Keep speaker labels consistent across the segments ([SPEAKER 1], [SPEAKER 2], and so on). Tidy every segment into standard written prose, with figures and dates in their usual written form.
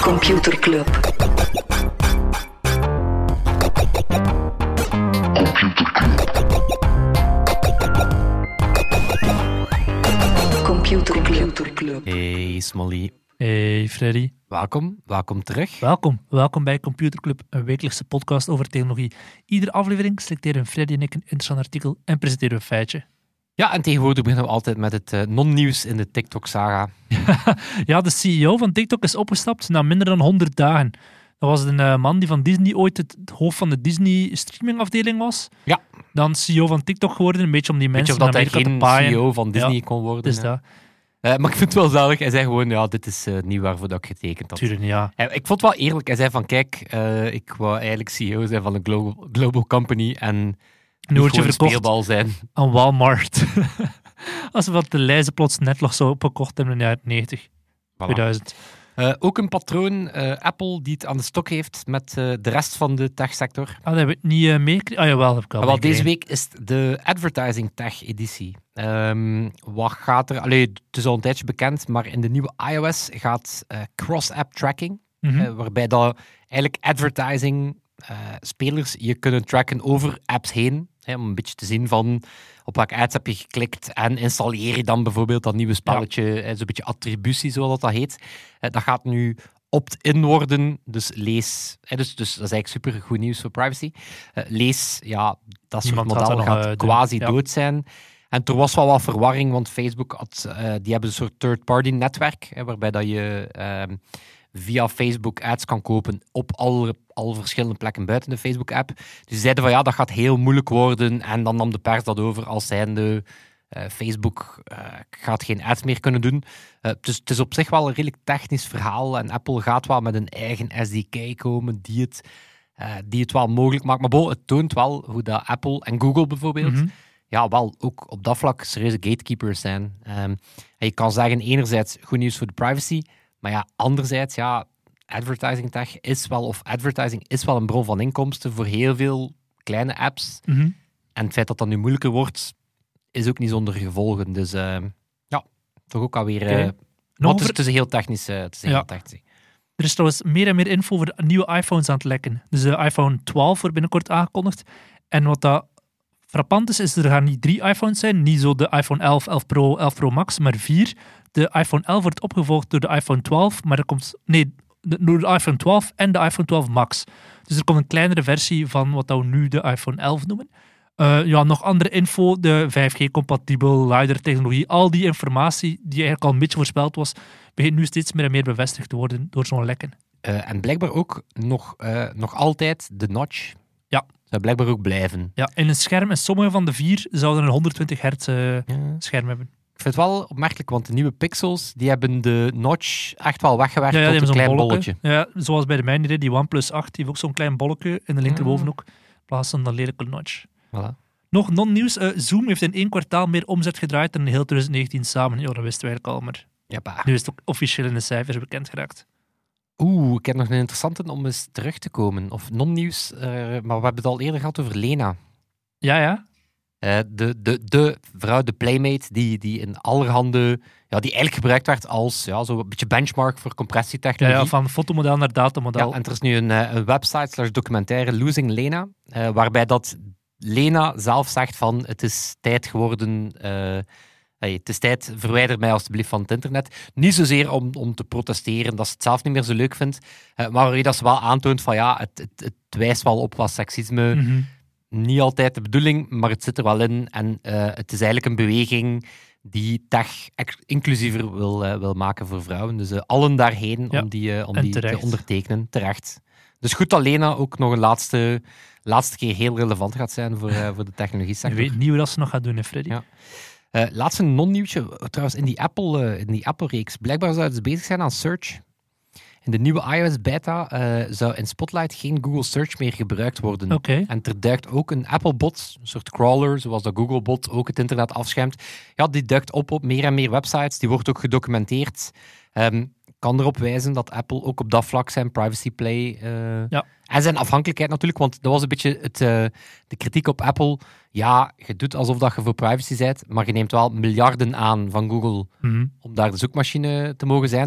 [SPEAKER 1] Computer Club. Computer Club.
[SPEAKER 2] Hey Smolly.
[SPEAKER 3] Hey Freddy.
[SPEAKER 2] Welkom terug.
[SPEAKER 3] Welkom bij Computer Club, een wekelijkse podcast over technologie. Iedere aflevering selecteren Freddy en ik een interessant artikel en presenteren we een feitje.
[SPEAKER 2] Ja, en tegenwoordig beginnen we altijd met het non-nieuws in de TikTok-saga.
[SPEAKER 3] Ja, de CEO van TikTok is opgestapt na minder dan 100 dagen. Dat was een man die van Disney ooit het hoofd van de Disney streamingafdeling was.
[SPEAKER 2] Ja.
[SPEAKER 3] Dan CEO van TikTok geworden, een beetje om die mensen
[SPEAKER 2] Weet je of
[SPEAKER 3] in
[SPEAKER 2] dat hij
[SPEAKER 3] Amerika te
[SPEAKER 2] geen
[SPEAKER 3] paaien.
[SPEAKER 2] CEO van Disney
[SPEAKER 3] Ja,
[SPEAKER 2] kon worden?
[SPEAKER 3] Dus
[SPEAKER 2] hè?
[SPEAKER 3] dat,
[SPEAKER 2] Maar ik vind het wel zalig. Hij zei gewoon, ja, dit is niet waarvoor dat ik getekend had.
[SPEAKER 3] tuurlijk, ja.
[SPEAKER 2] Ik vond het wel eerlijk. Hij zei van, kijk, ik wou eigenlijk CEO zijn van een global company en
[SPEAKER 3] Nu
[SPEAKER 2] niet
[SPEAKER 3] word je
[SPEAKER 2] gewoon
[SPEAKER 3] verkocht
[SPEAKER 2] speelbal zijn.
[SPEAKER 3] aan Walmart. Als we de lijzen plots netlog zo opgekocht hebben in de jaren 90,
[SPEAKER 2] Voilà.
[SPEAKER 3] 2000.
[SPEAKER 2] Ook een patroon, Apple, die het aan de stok heeft met de rest van de techsector.
[SPEAKER 3] Ah, dat heb ik niet meegekregen. Ah, jawel, heb ik al
[SPEAKER 2] Wel, deze
[SPEAKER 3] meegekregen.
[SPEAKER 2] week is het de Advertising Tech editie. Wat gaat er... het is al een tijdje bekend, maar in de nieuwe iOS gaat cross-app tracking,
[SPEAKER 3] Mhm.
[SPEAKER 2] waarbij dat eigenlijk advertising spelers je kunnen tracken over apps heen, om een beetje te zien van op welke ads heb je geklikt en installeer je dan bijvoorbeeld dat nieuwe spelletje, zo'n beetje attributie, zoals dat heet. Dat gaat nu opt-in worden, dus lees... dus dat is eigenlijk super goed nieuws voor privacy. Lees, ja, dat soort
[SPEAKER 3] Niemand gaat
[SPEAKER 2] model
[SPEAKER 3] dat nog,
[SPEAKER 2] gaat
[SPEAKER 3] doen.
[SPEAKER 2] quasi
[SPEAKER 3] Ja.
[SPEAKER 2] dood zijn. En er was wel wat verwarring, want Facebook die hebben een soort third-party netwerk, waarbij dat je via Facebook ads kan kopen op alle verschillende plekken buiten de Facebook-app. Dus ze zeiden van ja, dat gaat heel moeilijk worden. En dan nam de pers dat over als zijnde Facebook gaat geen ads meer kunnen doen. Dus het is op zich wel een redelijk technisch verhaal. En Apple gaat wel met een eigen SDK komen die het wel mogelijk maakt. Maar het toont wel hoe dat Apple en Google bijvoorbeeld
[SPEAKER 3] Mhm.
[SPEAKER 2] ja, wel ook op dat vlak serieuze gatekeepers zijn. En je kan zeggen, enerzijds goed nieuws voor de privacy, maar ja, anderzijds, ja, advertising is wel een bron van inkomsten voor heel veel kleine apps.
[SPEAKER 3] Mhm.
[SPEAKER 2] En het feit dat dat nu moeilijker wordt, is ook niet zonder gevolgen. Dus ja, toch ook alweer...
[SPEAKER 3] Oké.
[SPEAKER 2] maar
[SPEAKER 3] Nog
[SPEAKER 2] het
[SPEAKER 3] over-
[SPEAKER 2] is heel technisch. Het is heel
[SPEAKER 3] Ja.
[SPEAKER 2] technisch.
[SPEAKER 3] Er is trouwens meer en meer info over de nieuwe iPhones aan het lekken. Dus de iPhone 12 wordt binnenkort aangekondigd. En wat dat frappant is er gaan niet 3 iPhones zijn. Niet zo de iPhone 11, 11 Pro, 11 Pro Max, maar 4. De iPhone 11 wordt opgevolgd door de iPhone 12, maar er komt... Nee, door de iPhone 12 en de iPhone 12 Max. Dus er komt een kleinere versie van wat we nu de iPhone 11 noemen. Nog andere info, de 5G-compatibel, LiDAR-technologie, al die informatie die eigenlijk al een beetje voorspeld was, begint nu steeds meer en meer bevestigd te worden door zo'n lekken.
[SPEAKER 2] En blijkbaar ook nog altijd de notch.
[SPEAKER 3] Ja.
[SPEAKER 2] Zou blijkbaar ook blijven.
[SPEAKER 3] Ja, in een scherm, en sommige van de 4 zouden een 120 hertz
[SPEAKER 2] Ja.
[SPEAKER 3] scherm hebben.
[SPEAKER 2] Ik vind het wel opmerkelijk, want de nieuwe Pixels die hebben de notch echt wel weggewerkt
[SPEAKER 3] Die
[SPEAKER 2] tot
[SPEAKER 3] hebben
[SPEAKER 2] een
[SPEAKER 3] zo'n
[SPEAKER 2] klein
[SPEAKER 3] bolletje.
[SPEAKER 2] bolletje.
[SPEAKER 3] Ja, zoals bij de mijne, die OnePlus 8, die heeft ook zo'n klein bolletje in de linkerbovenhoek, in plaats van dat lelijke notch.
[SPEAKER 2] Voilà.
[SPEAKER 3] Nog non-nieuws, Zoom heeft in 1 kwartaal meer omzet gedraaid dan in heel 2019 samen. Ja, dat wisten we eigenlijk al, maar
[SPEAKER 2] Ja, bah.
[SPEAKER 3] nu is het ook officieel in de cijfers bekend geraakt.
[SPEAKER 2] Ik heb nog een interessante om eens terug te komen. Of non-nieuws, maar we hebben het al eerder gehad over Lena.
[SPEAKER 3] Ja.
[SPEAKER 2] De vrouw, de Playmate, die in allerhande... Ja, die eigenlijk gebruikt werd als zo'n beetje benchmark voor compressietechnologie.
[SPEAKER 3] Ja, van fotomodel naar datamodel.
[SPEAKER 2] Ja, en er is nu een website/documentaire, Losing Lena, waarbij dat Lena zelf zegt van het is tijd geworden... het is tijd, verwijder mij alstublieft van het internet. Niet zozeer om te protesteren, dat ze het zelf niet meer zo leuk vindt, maar waarin dat ze wel aantoont van ja, het wijst wel op wat seksisme.
[SPEAKER 3] Mhm.
[SPEAKER 2] Niet altijd de bedoeling, maar het zit er wel in. En het is eigenlijk een beweging die tech inclusiever wil maken voor vrouwen. Dus allen daarheen
[SPEAKER 3] Ja,
[SPEAKER 2] om die te
[SPEAKER 3] terecht.
[SPEAKER 2] ondertekenen. Terecht. Dus goed dat Lena ook nog een laatste keer heel relevant gaat zijn voor de technologie
[SPEAKER 3] Je
[SPEAKER 2] sector.
[SPEAKER 3] weet niet hoe dat ze nog gaat doen, hè, Freddy.
[SPEAKER 2] Ja. Laatste non-nieuwtje, trouwens, in die Apple-reeks. Blijkbaar zouden ze bezig zijn aan search. In de nieuwe iOS beta zou in Spotlight geen Google Search meer gebruikt worden.
[SPEAKER 3] Oké.
[SPEAKER 2] En er duikt ook een Apple-bot, een soort crawler, zoals de Google-bot ook het internet afschermt. Ja, die duikt op meer en meer websites. Die wordt ook gedocumenteerd. Kan erop wijzen dat Apple ook op dat vlak zijn privacy play...
[SPEAKER 3] Ja.
[SPEAKER 2] En zijn afhankelijkheid natuurlijk, want dat was een beetje de kritiek op Apple. Ja, je doet alsof dat je voor privacy bent, maar je neemt wel miljarden aan van Google
[SPEAKER 3] Mhm.
[SPEAKER 2] om daar de zoekmachine te mogen zijn.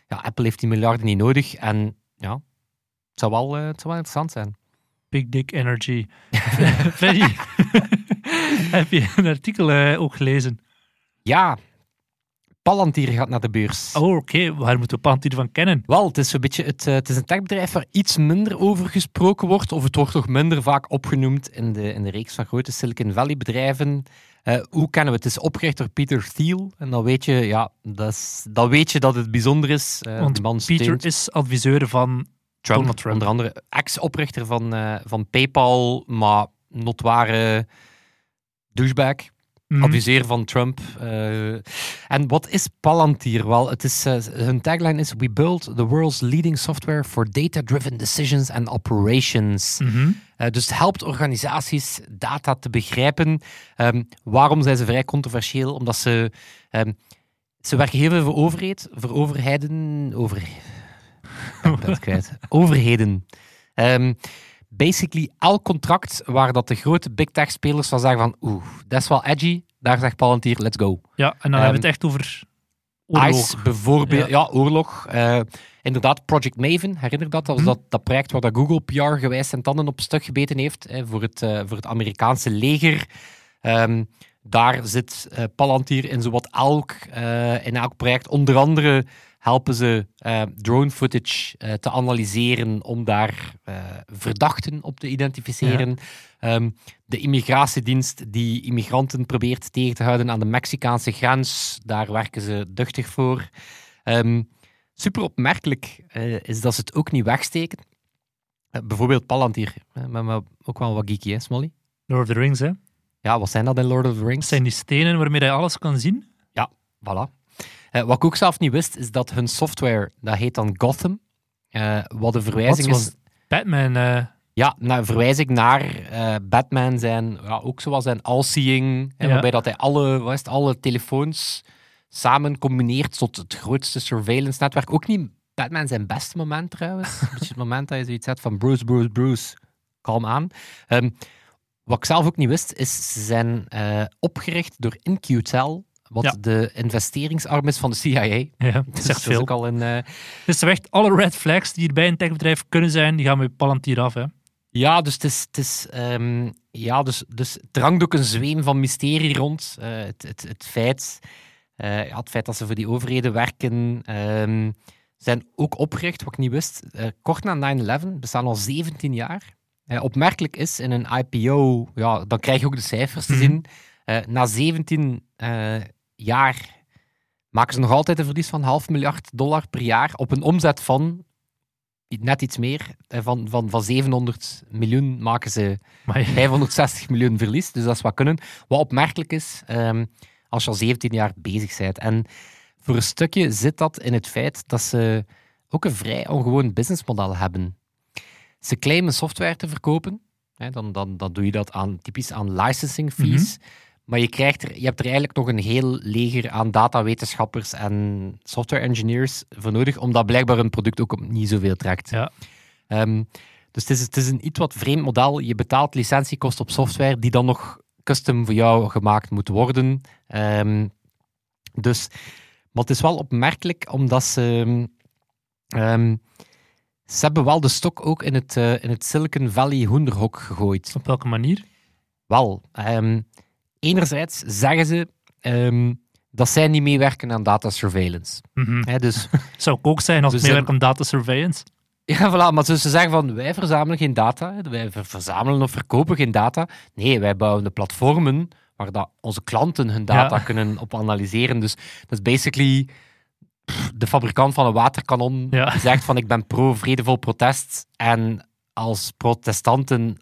[SPEAKER 2] ja, Apple heeft die miljarden niet nodig. En ja, het zou wel interessant zijn.
[SPEAKER 3] Big Dick Energy. Freddy, heb je een artikel ook gelezen?
[SPEAKER 2] Ja, Palantir gaat naar de beurs.
[SPEAKER 3] Oh, oké. Waar moeten we Palantir van kennen?
[SPEAKER 2] Wel, het is zo'n beetje het is een techbedrijf waar iets minder over gesproken wordt, of het wordt toch minder vaak opgenoemd in de reeks van grote Silicon Valley bedrijven. Hoe kennen we het? Het is opgericht door Peter Thiel. En dan weet je, ja, dan weet je dat het bijzonder is.
[SPEAKER 3] Want
[SPEAKER 2] die man
[SPEAKER 3] Peter
[SPEAKER 2] steunt
[SPEAKER 3] is adviseur van Donald Trump.
[SPEAKER 2] onder andere ex-oprichter van PayPal, maar notoire douchebag. Adviseur van Trump. En wat is Palantir? Wel, hun tagline is: We build the world's leading software for data-driven decisions and operations. Dus het helpt organisaties data te begrijpen. Waarom zijn ze vrij controversieel? Omdat ze werken heel veel voor overheden. Overheden. Basically, elk contract waar dat de grote big tech spelers van zeggen van dat is wel edgy, daar zegt Palantir, let's go.
[SPEAKER 3] Ja, en dan hebben we het echt over oorlog.
[SPEAKER 2] ICE bijvoorbeeld, ja oorlog. Inderdaad, Project Maven, herinner dat? Dat was dat project waar dat Google PR-gewijs zijn tanden op stuk gebeten heeft voor het Amerikaanse leger. Daar zit Palantir in zowat in elk project. Onder andere helpen ze drone footage te analyseren om daar verdachten op te identificeren. Ja. De immigratiedienst die immigranten probeert tegen te houden aan de Mexicaanse grens, daar werken ze duchtig voor. Super opmerkelijk is dat ze het ook niet wegsteken. Bijvoorbeeld Palantir, maar ook wel wat geeky, hè, Smolly?
[SPEAKER 3] Lord of the Rings, hè?
[SPEAKER 2] Ja, wat zijn dat in Lord of the Rings?
[SPEAKER 3] Dat zijn die stenen waarmee je alles kan zien.
[SPEAKER 2] Ja, voilà. Wat ik ook zelf niet wist, is dat hun software, dat heet dan Gotham. Wat een verwijzing is...
[SPEAKER 3] Batman...
[SPEAKER 2] Ja, een verwijzing naar Batman ook zoals zijn all-seeing, waarbij dat hij alle telefoons samen combineert tot het grootste surveillance-netwerk. Ook niet Batman zijn beste moment trouwens. Een beetje het moment dat je zoiets hebt van Bruce, kalm aan. Wat ik zelf ook niet wist, is ze zijn opgericht door In-Q-Tel, wat de investeringsarm is van de CIA.
[SPEAKER 3] Ja, dat is echt veel.
[SPEAKER 2] Ook al
[SPEAKER 3] dus echt alle red flags die er bij een techbedrijf kunnen zijn, die gaan bij Palantir af, hè?
[SPEAKER 2] Ja, dus dus er hangt ook een zweem van mysterie rond. Het feit dat ze voor die overheden werken, zijn ook opgericht, wat ik niet wist. Kort na 9/11, bestaan al 17 jaar. Opmerkelijk is, in een IPO, ja, dan krijg je ook de cijfers te zien. Na 17 jaar maken ze nog altijd een verlies van $500 miljoen per jaar op een omzet van net iets meer. Van 700 miljoen maken ze 560 miljoen verlies. Dus dat is wat kunnen. Wat opmerkelijk is, als je al 17 jaar bezig bent. En voor een stukje zit dat in het feit dat ze ook een vrij ongewoon businessmodel hebben. Ze claimen software te verkopen. Dan doe je dat typisch aan licensing fees. Maar je hebt er eigenlijk nog een heel leger aan datawetenschappers en software engineers voor nodig, omdat blijkbaar een product ook niet zoveel trekt.
[SPEAKER 3] Ja.
[SPEAKER 2] Dus het is een iets wat vreemd model. Je betaalt licentiekosten op software die dan nog custom voor jou gemaakt moet worden. Maar het is wel opmerkelijk, omdat ze hebben wel de stok ook in het Silicon Valley hoenderhok gegooid.
[SPEAKER 3] Op welke manier?
[SPEAKER 2] Wel, enerzijds zeggen ze dat zij niet meewerken aan data surveillance. Dus,
[SPEAKER 3] zou ik ook zijn als meewerken aan data surveillance.
[SPEAKER 2] Ja, voilà, maar ze zeggen van, wij verzamelen geen data, wij verzamelen of verkopen geen data. Nee, wij bouwen de platformen waar dat onze klanten hun data kunnen op analyseren. Dus dat is basically de fabrikant van een waterkanon die zegt van, ik ben pro-vredevol protest, en als protestanten...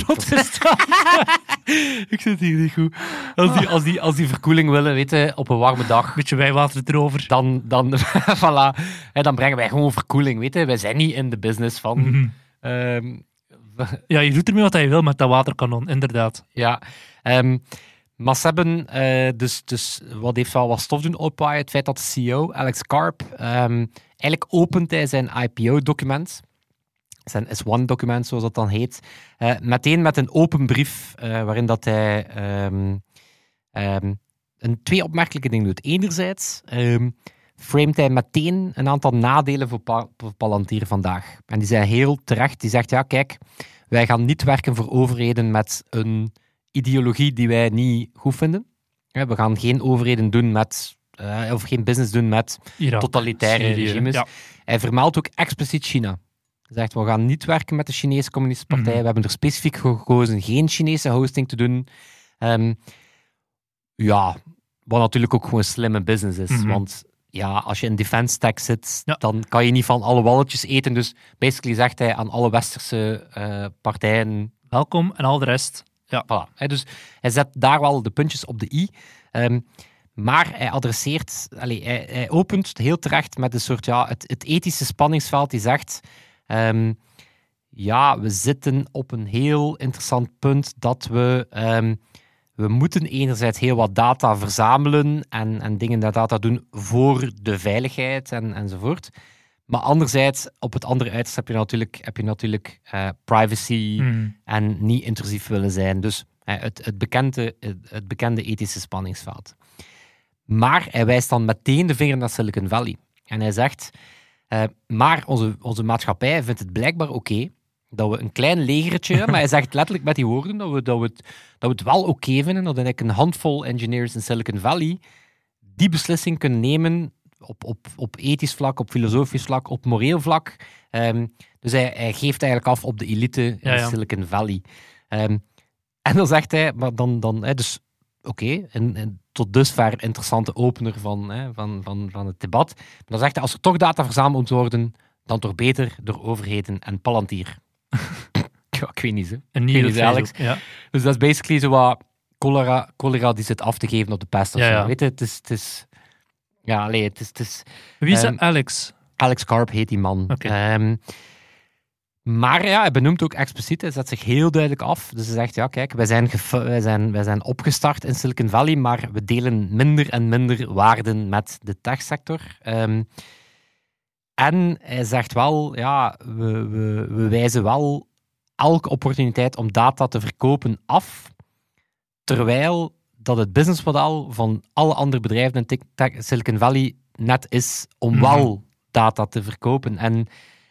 [SPEAKER 2] Ik zit hier niet goed. Als die verkoeling willen, weet je, op een warme dag...
[SPEAKER 3] Beetje wijwater erover.
[SPEAKER 2] Dan voilà. Dan brengen wij gewoon verkoeling, weet je. Wij zijn niet in de business van...
[SPEAKER 3] Ja, je doet ermee wat je wil met dat waterkanon, inderdaad.
[SPEAKER 2] Ja. Maar ze hebben... Dus wat heeft wel wat stof doen oppaaien? Het feit dat de CEO, Alex Karp, eigenlijk opent hij zijn IPO-document... zijn S1-document, zoals dat dan heet, meteen met een open brief waarin dat hij twee opmerkelijke dingen doet. Enerzijds framet hij meteen een aantal nadelen voor Palantir vandaag. En die zijn heel terecht. Die zegt, ja kijk, wij gaan niet werken voor overheden met een ideologie die wij niet goed vinden. We gaan geen overheden doen met, of geen business doen met
[SPEAKER 3] Irak,
[SPEAKER 2] totalitaire
[SPEAKER 3] Syrië,
[SPEAKER 2] regimes.
[SPEAKER 3] ja.
[SPEAKER 2] Hij vermeldt ook expliciet China. Hij zegt, we gaan niet werken met de Chinese Communistische Partij.
[SPEAKER 3] Mhm.
[SPEAKER 2] We hebben er specifiek voor gekozen geen Chinese hosting te doen. Ja, wat natuurlijk ook gewoon slimme business is.
[SPEAKER 3] Mhm.
[SPEAKER 2] Want ja, als je in defense tech zit,
[SPEAKER 3] Ja.
[SPEAKER 2] dan kan je niet van alle walletjes eten. Dus basically zegt hij aan alle westerse partijen...
[SPEAKER 3] Welkom en al de rest. Ja.
[SPEAKER 2] Voilà. Dus hij zet daar wel de puntjes op de i. Maar hij adresseert... Hij opent heel terecht met een soort... Ja, het ethische spanningsveld die zegt... ja, we zitten op een heel interessant punt dat we moeten enerzijds heel wat data verzamelen en dingen dat data doen voor de veiligheid enzovoort. Maar anderzijds, op het andere uiterste heb je natuurlijk privacy
[SPEAKER 3] Mhm.
[SPEAKER 2] en niet intrusief willen zijn. Dus het bekende ethische spanningsveld. Maar hij wijst dan meteen de vinger naar Silicon Valley. En hij zegt, maar onze maatschappij vindt het blijkbaar oké dat we een klein legertje, maar hij zegt letterlijk met die woorden dat we het wel oké vinden, dat eigenlijk een handvol engineers in Silicon Valley die beslissing kunnen nemen op ethisch vlak, op filosofisch vlak, op moreel vlak. Dus hij geeft eigenlijk af op de elite in Silicon Valley. En dan zegt hij, maar dan dus oké, en tot dusver interessante opener van het debat. Maar dan zegt hij, als er toch data verzameld moet worden, dan toch beter door overheden en Palantir. Ja, ik weet niet, hè.
[SPEAKER 3] En
[SPEAKER 2] Ik weet
[SPEAKER 3] niet
[SPEAKER 2] niet, Alex.
[SPEAKER 3] Ja.
[SPEAKER 2] Dus dat is basically zo wat cholera die zit af te geven op de pest of
[SPEAKER 3] Ja,
[SPEAKER 2] zo.
[SPEAKER 3] ja.
[SPEAKER 2] Weet je, het is... Ja, allee, het is...
[SPEAKER 3] Wie is dat? Alex?
[SPEAKER 2] Alex Karp heet die man.
[SPEAKER 3] Oké.
[SPEAKER 2] Maar ja, hij benoemt ook expliciet, hij zet zich heel duidelijk af. Dus hij zegt, ja kijk, wij zijn opgestart in Silicon Valley, maar we delen minder en minder waarden met de techsector. En hij zegt wel, ja, we wijzen wel elke opportuniteit om data te verkopen af, terwijl dat het businessmodel van alle andere bedrijven in Silicon Valley net is om wel data te verkopen. En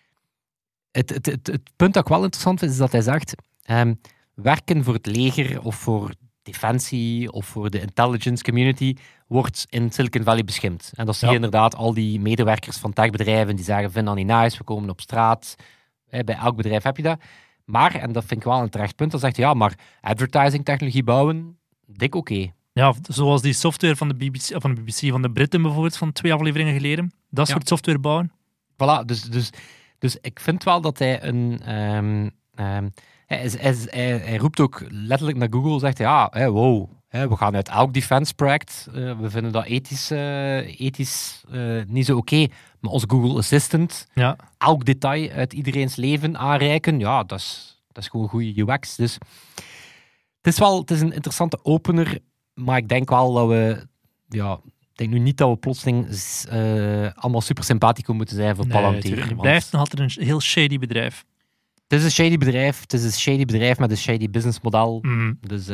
[SPEAKER 2] het punt dat ik wel interessant vind, is dat hij zegt, werken voor het leger of voor defensie of voor de intelligence community wordt in Silicon Valley beschimpt. En dat zie je inderdaad al die medewerkers van techbedrijven die zeggen, vind dat niet nice, we komen op straat. Bij elk bedrijf heb je dat. Maar, en dat vind ik wel een terecht punt, dan zegt hij, ja, maar advertising technologie bouwen, dik oké.
[SPEAKER 3] Ja, zoals die software van de BBC, van de Britten bijvoorbeeld, van 2 afleveringen geleden. Dat soort software bouwen.
[SPEAKER 2] Voilà, dus ik vind wel dat hij een... Hij roept ook letterlijk naar Google, zegt ja, wow, we gaan uit elk defense project, we vinden dat ethisch niet zo oké, maar als Google Assistant elk detail uit iedereens leven aanreiken, ja, dat is gewoon goede UX. Dus het is een interessante opener, maar ik denk wel dat we... Ja, ik denk nu niet dat we plotseling allemaal super sympathico moeten zijn voor Palantir.
[SPEAKER 3] Het blijft nog altijd een heel shady bedrijf.
[SPEAKER 2] Het is een shady bedrijf met een shady businessmodel.
[SPEAKER 3] Mm.
[SPEAKER 2] Dus,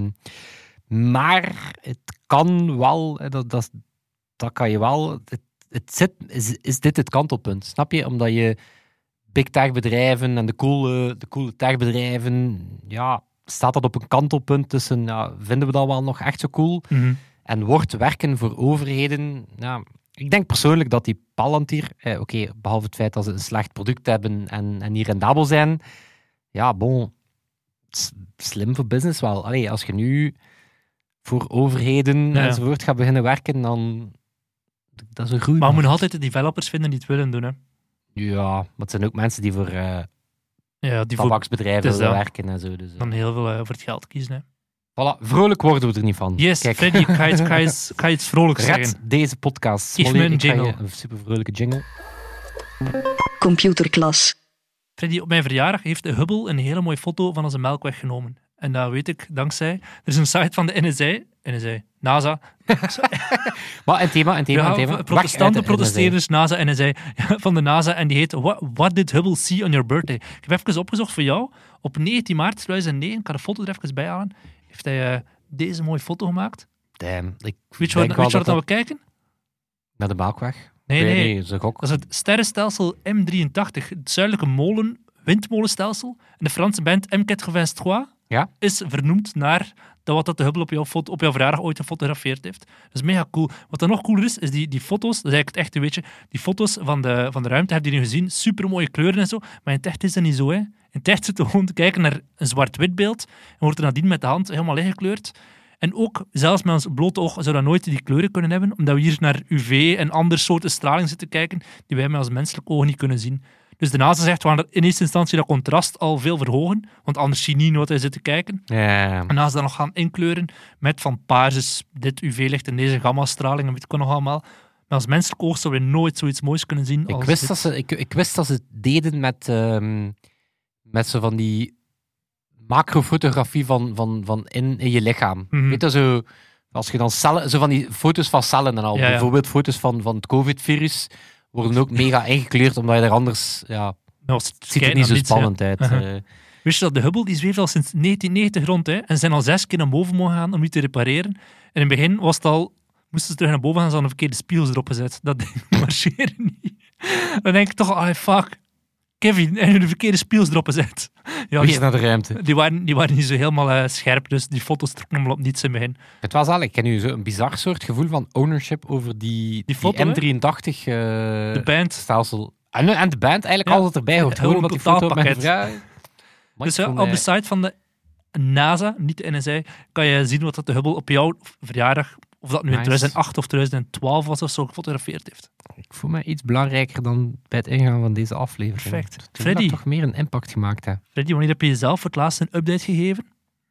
[SPEAKER 2] maar het kan wel, dat kan je wel. Is dit het kantelpunt? Snap je? Omdat je big tech bedrijven en de coole tech bedrijven, ja, staat dat op een kantelpunt tussen, ja, vinden we dat wel nog echt zo cool?
[SPEAKER 3] Mm.
[SPEAKER 2] En wordt werken voor overheden, ja, ik denk persoonlijk dat die Palantir, behalve het feit dat ze een slecht product hebben en niet rendabel zijn, ja, bon, slim voor business wel. Allee, als je nu voor overheden enzovoort gaat beginnen werken, dan dat is een groei.
[SPEAKER 3] Maar we moeten altijd de developers vinden die het willen doen, hè.
[SPEAKER 2] Ja, maar het zijn ook mensen die voor
[SPEAKER 3] Die
[SPEAKER 2] tabaksbedrijven willen werken en zo. Dus,
[SPEAKER 3] dan heel veel voor het geld kiezen, hè.
[SPEAKER 2] Voilà, vrolijk worden we er niet van.
[SPEAKER 3] Yes,
[SPEAKER 2] kijk.
[SPEAKER 3] Freddy, ga je iets vrolijks
[SPEAKER 2] Red
[SPEAKER 3] zeggen?
[SPEAKER 2] deze podcast.
[SPEAKER 3] Geef me een
[SPEAKER 2] ik ga
[SPEAKER 3] jingle.
[SPEAKER 2] je een super vrolijke jingle.
[SPEAKER 1] Computerklas.
[SPEAKER 3] Freddy, op mijn verjaardag heeft Hubble een hele mooie foto van onze melkweg genomen. En dat weet ik dankzij... Er is een site van de NASA.
[SPEAKER 2] Maar een thema.
[SPEAKER 3] Protestanten, protesteerders, NASA, NSA, van de NASA. En die heet What did Hubble see on your birthday? Ik heb even opgezocht voor jou. Op 19 maart 2009, ik ga de foto er even bij halen, heeft hij deze mooie foto gemaakt.
[SPEAKER 2] Damn.
[SPEAKER 3] Weet je wat we kijken?
[SPEAKER 2] Naar de Melkweg?
[SPEAKER 3] Nee.
[SPEAKER 2] Dat is een gok.
[SPEAKER 3] Dat is het sterrenstelsel M83, het zuidelijke windmolenstelsel. En de Franse band M83
[SPEAKER 2] Ja?
[SPEAKER 3] is vernoemd naar wat de Hubble op jouw verjaardag ooit gefotografeerd heeft. Dat is mega cool. Wat dan nog cooler is die foto's, dat is eigenlijk het echte weetje, die foto's van de ruimte, heb je nu gezien, super mooie kleuren en zo, maar in het echt is dat niet zo. Hè. In het echt zit je gewoon te kijken naar een zwart-wit beeld en wordt er nadien met de hand helemaal ingekleurd. En ook, zelfs met ons blote oog, zou dat nooit die kleuren kunnen hebben, omdat we hier naar UV en andere soorten straling zitten kijken, die wij met ons menselijk oog niet kunnen zien. Dus de NASA zegt, we gaan in eerste instantie dat contrast al veel verhogen, want anders zie je niet wat wij zitten kijken.
[SPEAKER 2] Ja.
[SPEAKER 3] En als ze dan nog gaan inkleuren met van paars is dit UV-licht en deze gamma-straling, en weet ik wat nog allemaal. Maar als menselijk oog zouden we nooit zoiets moois kunnen zien.
[SPEAKER 2] Ik wist dat ze het deden met zo van die macrofotografie van in je lichaam.
[SPEAKER 3] Mhm.
[SPEAKER 2] Weet je, zo, als je dan cellen, zo van die foto's van cellen en al.
[SPEAKER 3] Ja.
[SPEAKER 2] Bijvoorbeeld foto's van het COVID-virus worden ook mega ingekleurd, omdat je er anders... Ja, het ziet er niet zo spannend uit.
[SPEAKER 3] Wist je dat de Hubble die zweeft al sinds 1990 rond, hè? En ze zijn al 6 keer naar boven mogen gaan om die te repareren. En in het begin was het al... Moesten ze terug naar boven gaan, ze hadden de verkeerde spiegels erop gezet. Dat ding marcheerde niet. Dan denk ik toch, fuck. Kevin, en je de verkeerde spiegels erop gezet. Ja,
[SPEAKER 2] Wie is naar de ruimte?
[SPEAKER 3] die waren niet zo helemaal scherp, dus die foto's trokken allemaal op niets in het begin.
[SPEAKER 2] Het was eigenlijk, ik heb nu zo een bizar soort gevoel van ownership over die
[SPEAKER 3] foto, hè?
[SPEAKER 2] M83
[SPEAKER 3] De band.
[SPEAKER 2] stelsel. En de band eigenlijk
[SPEAKER 3] Ja.
[SPEAKER 2] alles wat erbij hoort.
[SPEAKER 3] Gewoon
[SPEAKER 2] Gewoon
[SPEAKER 3] een
[SPEAKER 2] wat die foto met
[SPEAKER 3] totaalpakket.
[SPEAKER 2] de vrouw...
[SPEAKER 3] Dus ja, op de site van de NASA, niet de NSA, kan je zien wat dat de Hubble op jouw verjaardag, of dat nu in
[SPEAKER 2] Nice.
[SPEAKER 3] 2008 of 2012 was of zo, gefotografeerd heeft.
[SPEAKER 2] Ik voel me iets belangrijker dan bij het ingaan van deze aflevering.
[SPEAKER 3] Perfect.
[SPEAKER 2] Ik denk
[SPEAKER 3] Freddy.
[SPEAKER 2] dat ik toch meer een impact gemaakt heb.
[SPEAKER 3] Freddy, wanneer heb je jezelf voor het laatst een update gegeven?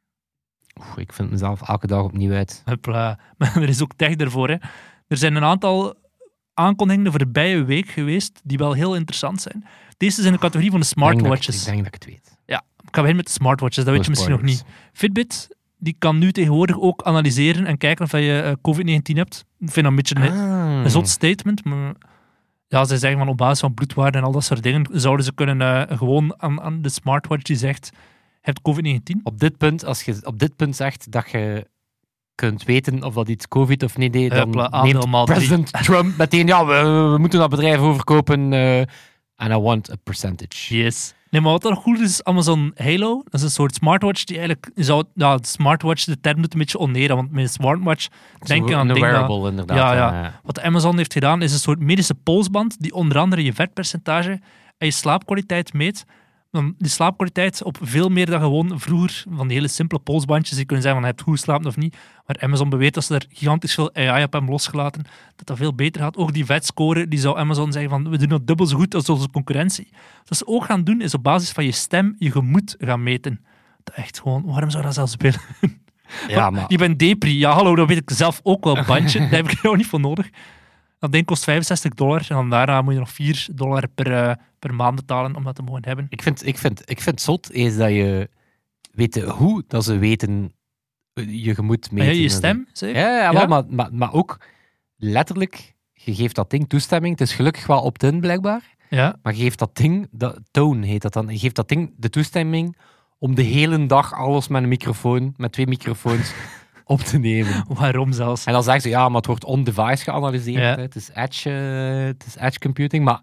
[SPEAKER 2] Ik vind mezelf elke dag opnieuw uit.
[SPEAKER 3] Hopla. Maar er is ook tech ervoor. Hè. Er zijn een aantal aankondigingen de voorbije week geweest die wel heel interessant zijn. Deze zijn de categorie van de smartwatches.
[SPEAKER 2] Ik denk dat ik het weet.
[SPEAKER 3] Ik ga beginnen met de smartwatches, dat weet je misschien nog niet. Fitbit die kan nu tegenwoordig ook analyseren en kijken of je COVID-19 hebt. Ik vind dat een beetje een zot statement, maar ja, zij zeggen van op basis van bloedwaarden en al dat soort dingen zouden ze kunnen gewoon aan de smartwatch die zegt, je hebt COVID-19.
[SPEAKER 2] Op dit punt, als je op dit punt zegt dat je kunt weten of dat iets COVID of niet deed, dan
[SPEAKER 3] Hupla, aandeel maal
[SPEAKER 2] neemt
[SPEAKER 3] 3.
[SPEAKER 2] president Trump meteen, ja, we moeten dat bedrijf overkopen and I want a percentage.
[SPEAKER 3] Yes. Nee, maar wat er nog goed is Amazon Halo. Dat is een soort smartwatch die eigenlijk... smartwatch, de term doet een beetje oneren, want met een smartwatch denk je aan
[SPEAKER 2] een
[SPEAKER 3] dingen...
[SPEAKER 2] wearable, inderdaad.
[SPEAKER 3] Ja. Wat Amazon heeft gedaan, is een soort medische polsband die onder andere je vetpercentage en je slaapkwaliteit meet. Dan die slaapkwaliteit op veel meer dan gewoon vroeger van die hele simpele polsbandjes die kunnen zeggen van je hebt goed geslapen of niet. Maar Amazon beweert dat ze er gigantisch veel AI op hebben losgelaten, dat dat veel beter gaat. Ook die vetscore, die zou Amazon zeggen van we doen dat dubbel zo goed als onze concurrentie. Wat ze ook gaan doen, is op basis van je stem je gemoed gaan meten. Dat echt gewoon, waarom zou dat zelfs willen?
[SPEAKER 2] Ja, maar...
[SPEAKER 3] Je bent depri. Ja, hallo, dat weet ik zelf ook wel, bandje. Daar heb ik jou niet voor nodig. Dat ding kost $65 en dan daarna moet je nog $4 per maand betalen om dat te mogen hebben.
[SPEAKER 2] Ik vind het zot is dat je weet hoe dat ze weten je gemoed meten.
[SPEAKER 3] Ja, je stem, zeg.
[SPEAKER 2] Ja, wel, maar ook letterlijk, je geeft dat ding toestemming. Het is gelukkig wel opt-in blijkbaar.
[SPEAKER 3] Ja.
[SPEAKER 2] Maar je geeft dat ding, tone heet dat dan, je geeft dat ding de toestemming om de hele dag alles met een microfoon, met 2 microfoons, op te nemen.
[SPEAKER 3] Waarom zelfs?
[SPEAKER 2] En dan zeggen ze, ja, maar het wordt on-device geanalyseerd.
[SPEAKER 3] Ja.
[SPEAKER 2] Hè. Het is edge computing, maar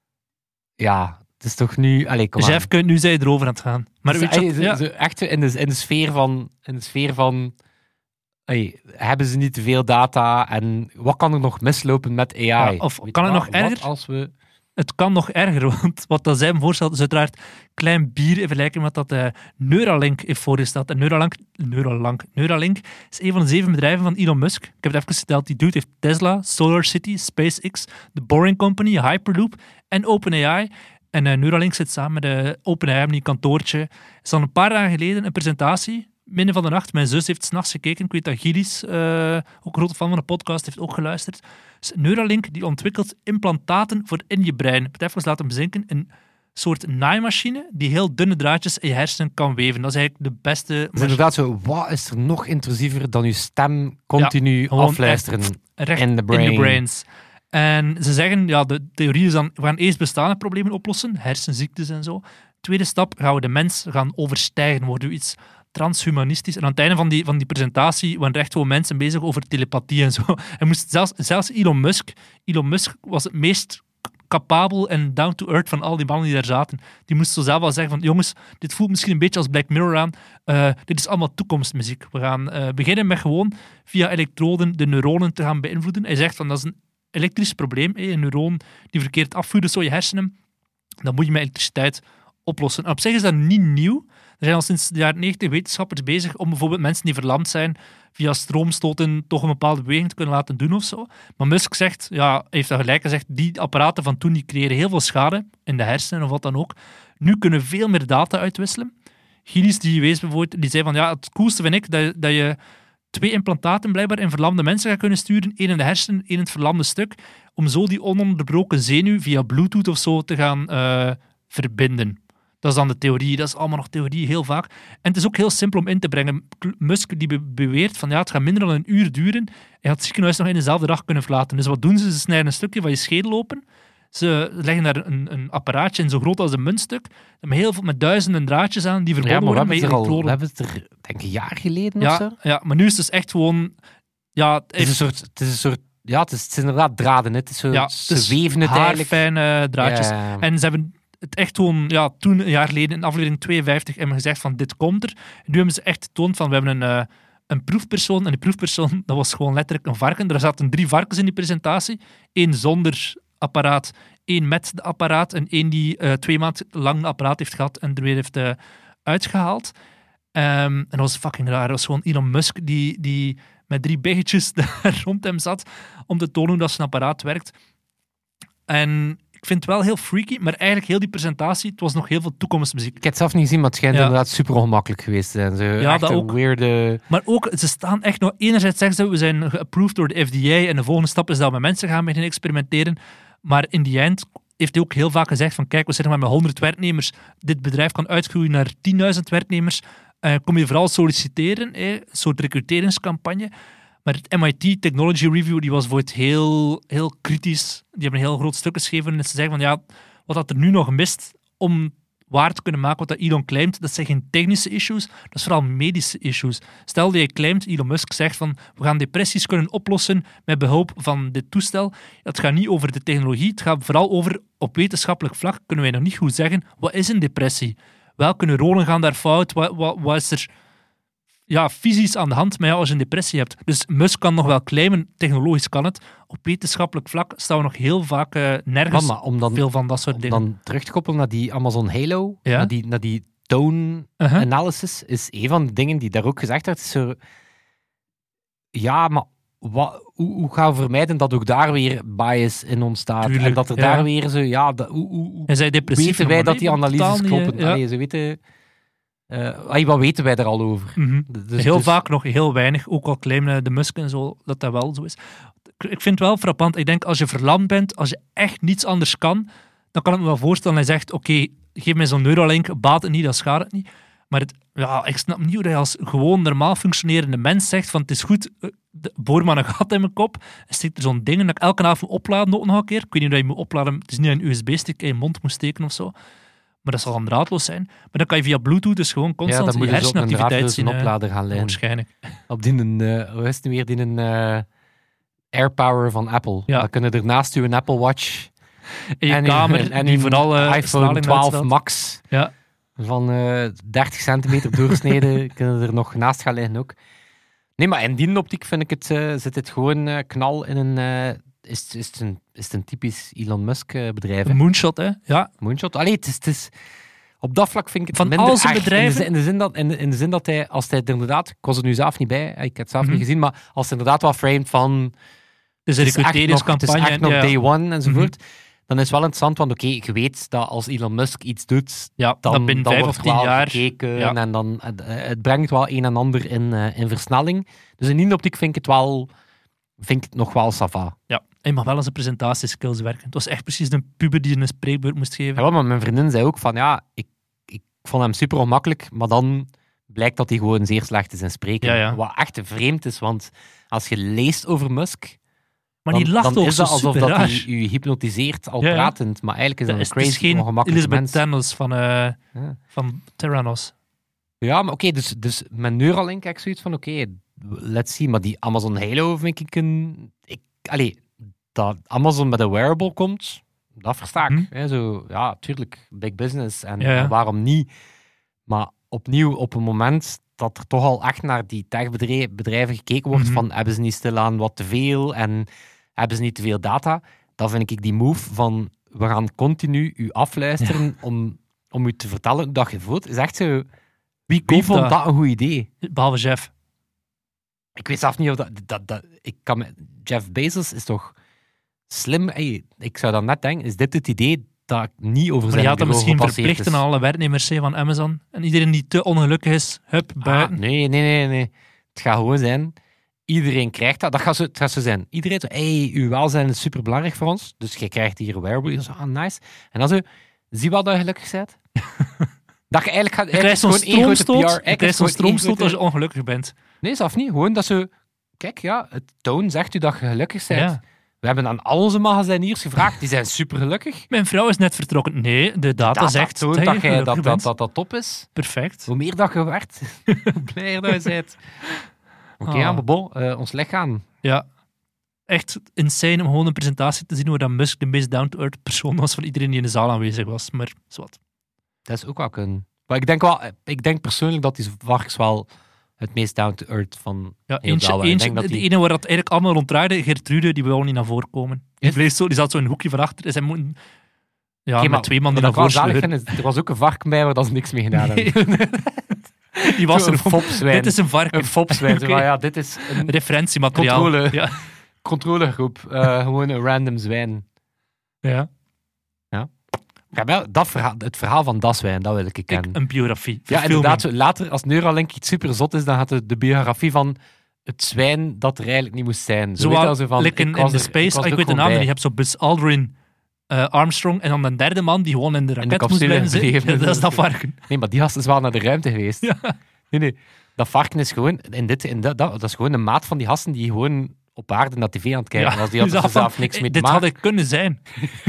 [SPEAKER 2] ja, het is toch nu... Allee, kom
[SPEAKER 3] Chef, nu zijn je erover aan het gaan. Maar
[SPEAKER 2] dus,
[SPEAKER 3] weet je wat, ja.
[SPEAKER 2] zo echt in de sfeer van hebben ze niet te veel data en wat kan er nog mislopen met AI?
[SPEAKER 3] Ja, of
[SPEAKER 2] Weet
[SPEAKER 3] kan
[SPEAKER 2] je
[SPEAKER 3] het
[SPEAKER 2] wat,
[SPEAKER 3] nog erger?
[SPEAKER 2] wat als we...
[SPEAKER 3] Het kan nog erger, want wat dat zij me voorstelt is uiteraard klein bier in vergelijking met dat Neuralink heeft voorgesteld. En Neuralink is een van de 7 bedrijven van Elon Musk. Ik heb het even geteld. Die dude heeft Tesla, SolarCity, SpaceX, The Boring Company, Hyperloop en OpenAI. En Neuralink zit samen met OpenAI in die kantoortje. Er is al een paar dagen geleden een presentatie, midden van de nacht. Mijn zus heeft 's nachts gekeken. Ik weet dat Gilles, ook een grote fan van de podcast, heeft ook geluisterd. Dus Neuralink die ontwikkelt implantaten voor in je brein. Ik heb het even laten bezinken. Een soort naaimachine die heel dunne draadjes in je hersenen kan weven. Dat is eigenlijk de beste...
[SPEAKER 2] Het is inderdaad zo, wat is er nog intrusiever dan je stem continu
[SPEAKER 3] gewoon
[SPEAKER 2] afluisteren
[SPEAKER 3] recht
[SPEAKER 2] in de brain.
[SPEAKER 3] brains. En ze zeggen, ja, de theorie is dan, we gaan eerst bestaande problemen oplossen, hersenziektes en zo. Tweede stap gaan we de mens gaan overstijgen, worden we iets transhumanistisch. En aan het einde van die presentatie waren er echt gewoon mensen bezig over telepathie en zo. En zelfs Elon Musk was het meest capabel en down-to-earth van al die mannen die daar zaten. Die moest zo zelf wel zeggen van, jongens, dit voelt misschien een beetje als Black Mirror aan. Dit is allemaal toekomstmuziek. We gaan beginnen met gewoon via elektroden de neuronen te gaan beïnvloeden. Hij zegt van, dat is een elektrisch probleem. Een neuron die verkeerd afvuurt zo je hersenen. Dat moet je met elektriciteit oplossen. En op zich is dat niet nieuw. Er zijn al sinds de jaren 90 wetenschappers bezig om bijvoorbeeld mensen die verlamd zijn via stroomstoten toch een bepaalde beweging te kunnen laten doen of zo. Maar Musk zegt, hij heeft dat gelijk gezegd, die apparaten van toen die creëren heel veel schade in de hersenen of wat dan ook. Nu kunnen we veel meer data uitwisselen. Gilles die zei van, het coolste vind ik dat je 2 implantaten blijkbaar in verlamde mensen gaat kunnen sturen. 1 in de hersenen, 1 in het verlamde stuk. Om zo die ononderbroken zenuw via Bluetooth of zo te gaan verbinden. Dat is dan de theorie. Dat is allemaal nog theorie, heel vaak. En het is ook heel simpel om in te brengen. Musk die beweert van het gaat minder dan een uur duren. En je gaat het ziekenhuis nog in dezelfde dag kunnen verlaten. Dus wat doen ze? Ze snijden een stukje van je schedel open. Ze leggen daar een apparaatje in zo groot als een muntstuk. Met duizenden draadjes aan die verbonden worden met elektroden.
[SPEAKER 2] We hebben het er denk ik een jaar geleden of zo.
[SPEAKER 3] Ja, maar nu is het dus echt gewoon...
[SPEAKER 2] Het is een soort... Ja, het is inderdaad draden. Het is zo, ze weven het eigenlijk.
[SPEAKER 3] Haarfijne draadjes. Ja. En ze hebben het echt gewoon... Ja, toen een jaar geleden in aflevering 52 hebben gezegd van dit komt er. En nu hebben ze echt getoond van we hebben een proefpersoon. En die proefpersoon, dat was gewoon letterlijk een varken. Er zaten 3 varkens in die presentatie. 1 zonder apparaat, 1 met de apparaat en 1 die 2 maanden lang een apparaat heeft gehad en er weer heeft uitgehaald. En dat was fucking raar. Dat was gewoon Elon Musk die met 3 biggetjes daar rond hem zat om te tonen dat zijn apparaat werkt. En ik vind het wel heel freaky, maar eigenlijk heel die presentatie, het was nog heel veel toekomstmuziek.
[SPEAKER 2] Ik heb het zelf niet gezien, maar het schijnt inderdaad super ongemakkelijk geweest te zijn. Zo echt
[SPEAKER 3] dat ook.
[SPEAKER 2] Weirde...
[SPEAKER 3] Maar ook, ze staan echt nog... Enerzijds zeggen ze, we zijn geapproved door de FDA en de volgende stap is dat we met mensen gaan beginnen experimenteren. Maar in die eind heeft hij ook heel vaak gezegd van kijk, we zitten maar met 100 werknemers. Dit bedrijf kan uitgroeien naar 10.000 werknemers. Kom je vooral solliciteren, een soort recruteringscampagne. Maar het MIT Technology Review die was voor het heel, heel kritisch. Die hebben een heel groot stuk geschreven. En ze zeggen van wat dat er nu nog mist om waar te kunnen maken wat dat Elon claimt, dat zijn geen technische issues, dat is vooral medische issues. Stel dat je claimt, Elon Musk zegt van we gaan depressies kunnen oplossen met behulp van dit toestel. Het gaat niet over de technologie, het gaat vooral over op wetenschappelijk vlak kunnen wij nog niet goed zeggen, wat is een depressie? Welke neuronen gaan daar fout? Wat is er fysisch aan de hand met als je een depressie hebt? Dus Musk kan nog wel claimen, technologisch kan het. Op wetenschappelijk vlak staan we nog heel vaak nergens veel van dat soort dingen.
[SPEAKER 2] Om dan terug te koppelen naar die Amazon Halo, naar die tone analysis, is een van de dingen die daar ook gezegd werd. Zo, maar hoe gaan we vermijden dat ook daar weer bias in ontstaat? Tuurlijk, en dat er daar weer zo... hoe weten wij dat die analyses kloppen? Ze weten... wat weten wij er al over?
[SPEAKER 3] Mm-hmm. Dus vaak nog heel weinig, ook al claimen de Musk en zo, dat wel zo is. Ik vind het wel frappant. Ik denk, als je verlamd bent, als je echt niets anders kan, dan kan ik me wel voorstellen, hij zegt, oké, geef mij zo'n Neuralink, baat het niet, dat schaadt het niet. Maar ik snap niet hoe je als gewoon normaal functionerende mens zegt van het is goed, boor maar een gat in mijn kop en steekt er zo'n ding en dat ik elke avond moet opladen ook nog een keer. Ik weet niet hoe je moet opladen, het is niet een USB-stick in je mond moet steken of zo. Maar dat zal dan draadloos zijn. Maar dan kan je via Bluetooth dus gewoon constant je hersenactiviteit zien.
[SPEAKER 2] Een oplader gaan leggen.
[SPEAKER 3] Waarschijnlijk.
[SPEAKER 2] Op hoe is het nu weer? Die AirPower van Apple. Ja. Dan kunnen er naast je een Apple Watch
[SPEAKER 3] in je kamer en die vooral
[SPEAKER 2] iPhone 12 Max van 30 centimeter doorsnede kunnen er nog naast gaan liggen ook. Nee, maar in die optiek vind ik het zit het gewoon knal in een... Is het een typisch Elon Musk bedrijf?
[SPEAKER 3] Een moonshot, hè? Ja.
[SPEAKER 2] Moonshot. Allee, het is... Op dat vlak vind ik het
[SPEAKER 3] van
[SPEAKER 2] minder
[SPEAKER 3] al zijn bedrijven...
[SPEAKER 2] In de zin dat hij, als hij het inderdaad... Ik was er nu zelf niet bij, ik heb het zelf niet gezien, maar als hij inderdaad wat framed van...
[SPEAKER 3] Dus een recruteringscampagne.
[SPEAKER 2] Het is echt nog day one, enzovoort. Dan is het wel interessant, want oké, je weet dat als Elon Musk iets doet, dan
[SPEAKER 3] binnen 5 of 10 jaar
[SPEAKER 2] gekeken en dan het brengt wel een en ander in versnelling. Dus in die optiek vind ik het nog wel sava.
[SPEAKER 3] Ja. Je mag wel als een presentatieskills werken. Het was echt precies een puber die een spreekbeurt moest geven.
[SPEAKER 2] Ja, maar mijn vriendin zei ook van, ik vond hem super ongemakkelijk, maar dan blijkt dat hij gewoon zeer slecht is in spreken.
[SPEAKER 3] Ja.
[SPEAKER 2] Wat echt vreemd is, want als je leest over Musk,
[SPEAKER 3] maar die lacht
[SPEAKER 2] dan
[SPEAKER 3] ook
[SPEAKER 2] is dat alsof
[SPEAKER 3] dat
[SPEAKER 2] hij je hypnotiseert al pratend, maar eigenlijk is dat een crazy,
[SPEAKER 3] geen
[SPEAKER 2] ongemakkelijke
[SPEAKER 3] Elizabeth
[SPEAKER 2] mens.
[SPEAKER 3] Thanos van Theranos.
[SPEAKER 2] Ja, maar oké, dus met Neuralink heb ik zoiets van, let's see. Maar die Amazon Halo vind ik dat Amazon met een wearable komt, dat versta ik. Hè, zo, ja, tuurlijk, big business. En waarom niet? Maar opnieuw, op een moment dat er toch al echt naar die techbedrijven gekeken wordt van, hebben ze niet stilaan wat te veel en hebben ze niet te veel data? Dan vind ik die move van, we gaan continu u afluisteren om u te vertellen dat je voelt, is echt zo... Wie vond dat een goed idee?
[SPEAKER 3] Behalve Jeff.
[SPEAKER 2] Ik weet zelf niet of Jeff Bezos is toch slim? Hey, ik zou dan net denken, is dit het idee dat ik niet over zijn
[SPEAKER 3] bureau gepasseerd is? Maar je had hem misschien verplichten
[SPEAKER 2] is?
[SPEAKER 3] aan alle werknemers van Amazon. En iedereen die te ongelukkig is, buiten.
[SPEAKER 2] Nee. Het gaat gewoon zijn, iedereen krijgt dat. Het gaat zo zijn. Iedereen zo, uw welzijn is superbelangrijk voor ons. Dus je krijgt hier een wearable. Zo, nice. En dan zo, zie wat je gelukkig bent. Dat je eigenlijk gaat...
[SPEAKER 3] Je krijgt zo'n stroomstoot als je ongelukkig bent.
[SPEAKER 2] Nee, zelf niet. Gewoon dat ze... Kijk, ja, het toon zegt u dat je gelukkig bent.
[SPEAKER 3] Ja.
[SPEAKER 2] We hebben aan al onze magazijniers gevraagd. Die zijn supergelukkig.
[SPEAKER 3] Mijn vrouw is net vertrokken. Nee, de data zegt
[SPEAKER 2] toont dat top is.
[SPEAKER 3] Perfect.
[SPEAKER 2] Hoe meer dat je werkt, hoe blijer dat je bent. Oké, maar bon, ons lichaam.
[SPEAKER 3] Ja. Echt insane om gewoon een presentatie te zien waar dat Musk de meest down-to-earth persoon was van iedereen die in de zaal aanwezig was. Maar zwart.
[SPEAKER 2] Dat is ook wel kunnen. Maar ik denk persoonlijk dat die varkens wel het meest down-to-earth van heel België.
[SPEAKER 3] De ene waar dat eigenlijk allemaal rond draaide, Gertrude, die wil niet naar voren komen. Die zat zo in een hoekje van achter. En zij moeten... Ja, met twee man die naar voren sleuren.
[SPEAKER 2] Er was ook een varken bij waar dat ze niks mee gedaan hebben.
[SPEAKER 3] Die was
[SPEAKER 2] een fopzwijn.
[SPEAKER 3] Dit is een varken.
[SPEAKER 2] Een fopzwijn. Okay. Ja, dit is een
[SPEAKER 3] referentiemateriaal.
[SPEAKER 2] Controlegroep. Gewoon een random zwijn.
[SPEAKER 3] Ja.
[SPEAKER 2] Ja, het verhaal van dat zwijn, dat wil ik kennen.
[SPEAKER 3] Een biografie.
[SPEAKER 2] Ja, inderdaad. Later, als Neuralink iets super zot is, dan gaat de biografie van het zwijn dat er eigenlijk niet moest zijn.
[SPEAKER 3] Zo van, in de space, ik weet de naam niet. Je hebt zo Buzz Aldrin, Armstrong en dan een derde man die gewoon in de raket moest blijven zitten. Dat is dat varken.
[SPEAKER 2] Nee, maar die gast is wel naar de ruimte geweest. Ja. Nee. Dat varken is gewoon... Dat is gewoon een maat van die gasten die gewoon op aarde naar tv aan het kijken was. Die had er zelf niks mee te maken.
[SPEAKER 3] Dit had ik kunnen zijn.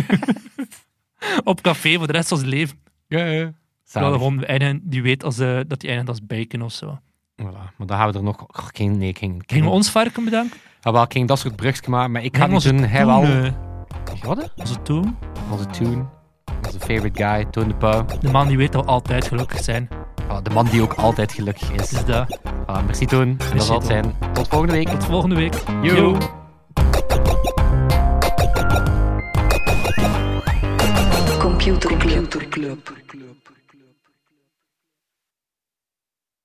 [SPEAKER 3] Op café voor de rest van zijn leven.
[SPEAKER 2] Ja.
[SPEAKER 3] Gewoon die weet dat hij eindigt als bacon of zo.
[SPEAKER 2] Voilà. Maar dan gaan we er nog...
[SPEAKER 3] Gingen we ons varken bedanken?
[SPEAKER 2] Ja, wel, ik ging dat soort brugjes maken, maar ik ga niet doen. Hij wel... Wat?
[SPEAKER 3] Onze Toon.
[SPEAKER 2] Onze favorite guy, Toon de Pauw.
[SPEAKER 3] De man die weet dat we altijd gelukkig zijn.
[SPEAKER 2] De man die ook altijd gelukkig is.
[SPEAKER 3] Is dat.
[SPEAKER 2] Merci Toon. Dat zal het zijn. Tot volgende week.
[SPEAKER 3] Yo.
[SPEAKER 1] Computer Club.